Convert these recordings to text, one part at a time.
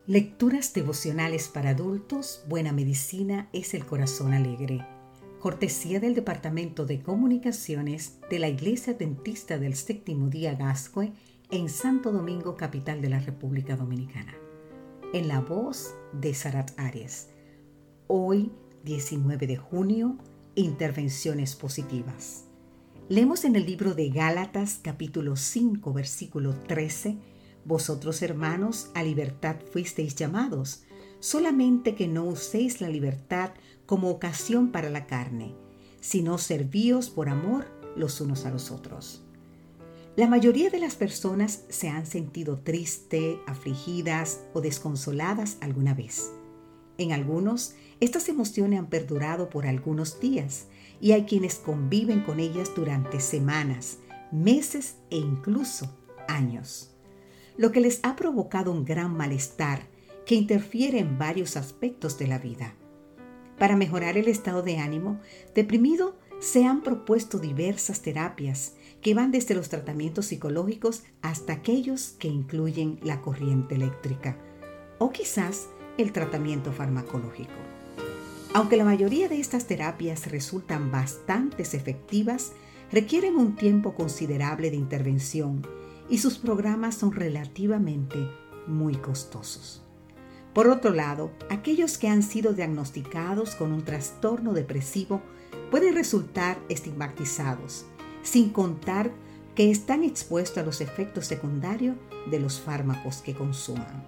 Lecturas devocionales para adultos, Buena Medicina es el Corazón Alegre. Cortesía del Departamento de Comunicaciones de la Iglesia Adventista del Séptimo Día Gascue en Santo Domingo, capital de la República Dominicana. En la voz de Sarat Arias. Hoy, 19 de junio, intervenciones positivas. Leemos en el libro de Gálatas, capítulo 5, versículo 13, Vosotros, hermanos, a libertad fuisteis llamados, solamente que no uséis la libertad como ocasión para la carne, sino servíos por amor los unos a los otros. La mayoría de las personas se han sentido tristes, afligidas o desconsoladas alguna vez. En algunos, estas emociones han perdurado por algunos días y hay quienes conviven con ellas durante semanas, meses e incluso años, lo que les ha provocado un gran malestar que interfiere en varios aspectos de la vida. Para mejorar el estado de ánimo deprimido, se han propuesto diversas terapias que van desde los tratamientos psicológicos hasta aquellos que incluyen la corriente eléctrica o quizás el tratamiento farmacológico. Aunque la mayoría de estas terapias resultan bastante efectivas, requieren un tiempo considerable de intervención y sus programas son relativamente muy costosos. Por otro lado, aquellos que han sido diagnosticados con un trastorno depresivo pueden resultar estigmatizados, sin contar que están expuestos a los efectos secundarios de los fármacos que consuman.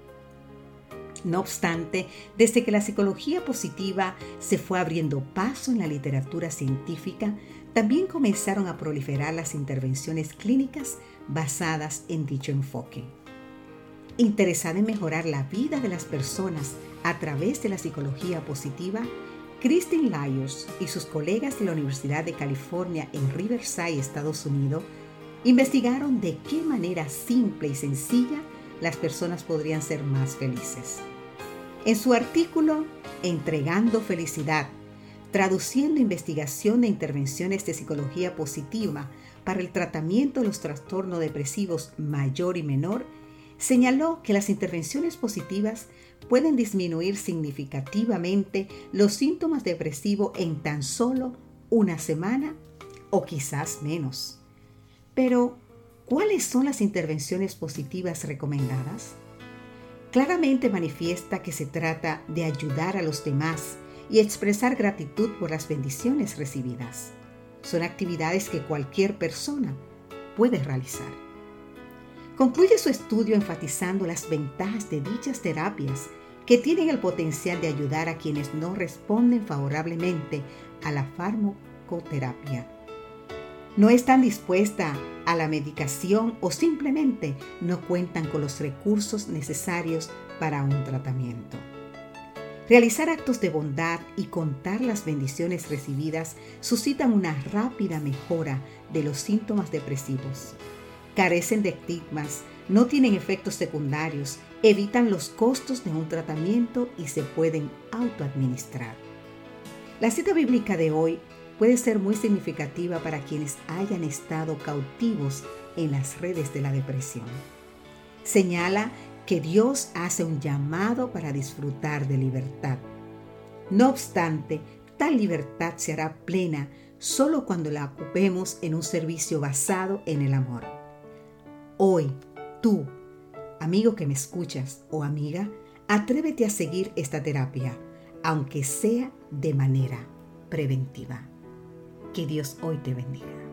No obstante, desde que la psicología positiva se fue abriendo paso en la literatura científica, también comenzaron a proliferar las intervenciones clínicas basadas en dicho enfoque. Interesada en mejorar la vida de las personas a través de la psicología positiva, Christine Lyons y sus colegas de la Universidad de California en Riverside, Estados Unidos, investigaron de qué manera simple y sencilla las personas podrían ser más felices. En su artículo Entregando Felicidad, traduciendo investigación de intervenciones de psicología positiva para el tratamiento de los trastornos depresivos mayor y menor, señaló que las intervenciones positivas pueden disminuir significativamente los síntomas depresivos en tan solo una semana o quizás menos. Pero, ¿cuáles son las intervenciones positivas recomendadas? Claramente manifiesta que se trata de ayudar a los demás y expresar gratitud por las bendiciones recibidas. Son actividades que cualquier persona puede realizar. Concluye su estudio enfatizando las ventajas de dichas terapias que tienen el potencial de ayudar a quienes no responden favorablemente a la farmacoterapia. No están dispuestas a la medicación o simplemente no cuentan con los recursos necesarios para un tratamiento. Realizar actos de bondad y contar las bendiciones recibidas suscitan una rápida mejora de los síntomas depresivos. Carecen de estigmas, no tienen efectos secundarios, evitan los costos de un tratamiento y se pueden autoadministrar. La cita bíblica de hoy puede ser muy significativa para quienes hayan estado cautivos en las redes de la depresión. Señala que Dios hace un llamado para disfrutar de libertad. No obstante, tal libertad se hará plena solo cuando la ocupemos en un servicio basado en el amor. Hoy, tú, amigo que me escuchas o amiga, atrévete a seguir esta terapia, aunque sea de manera preventiva. Que Dios hoy te bendiga.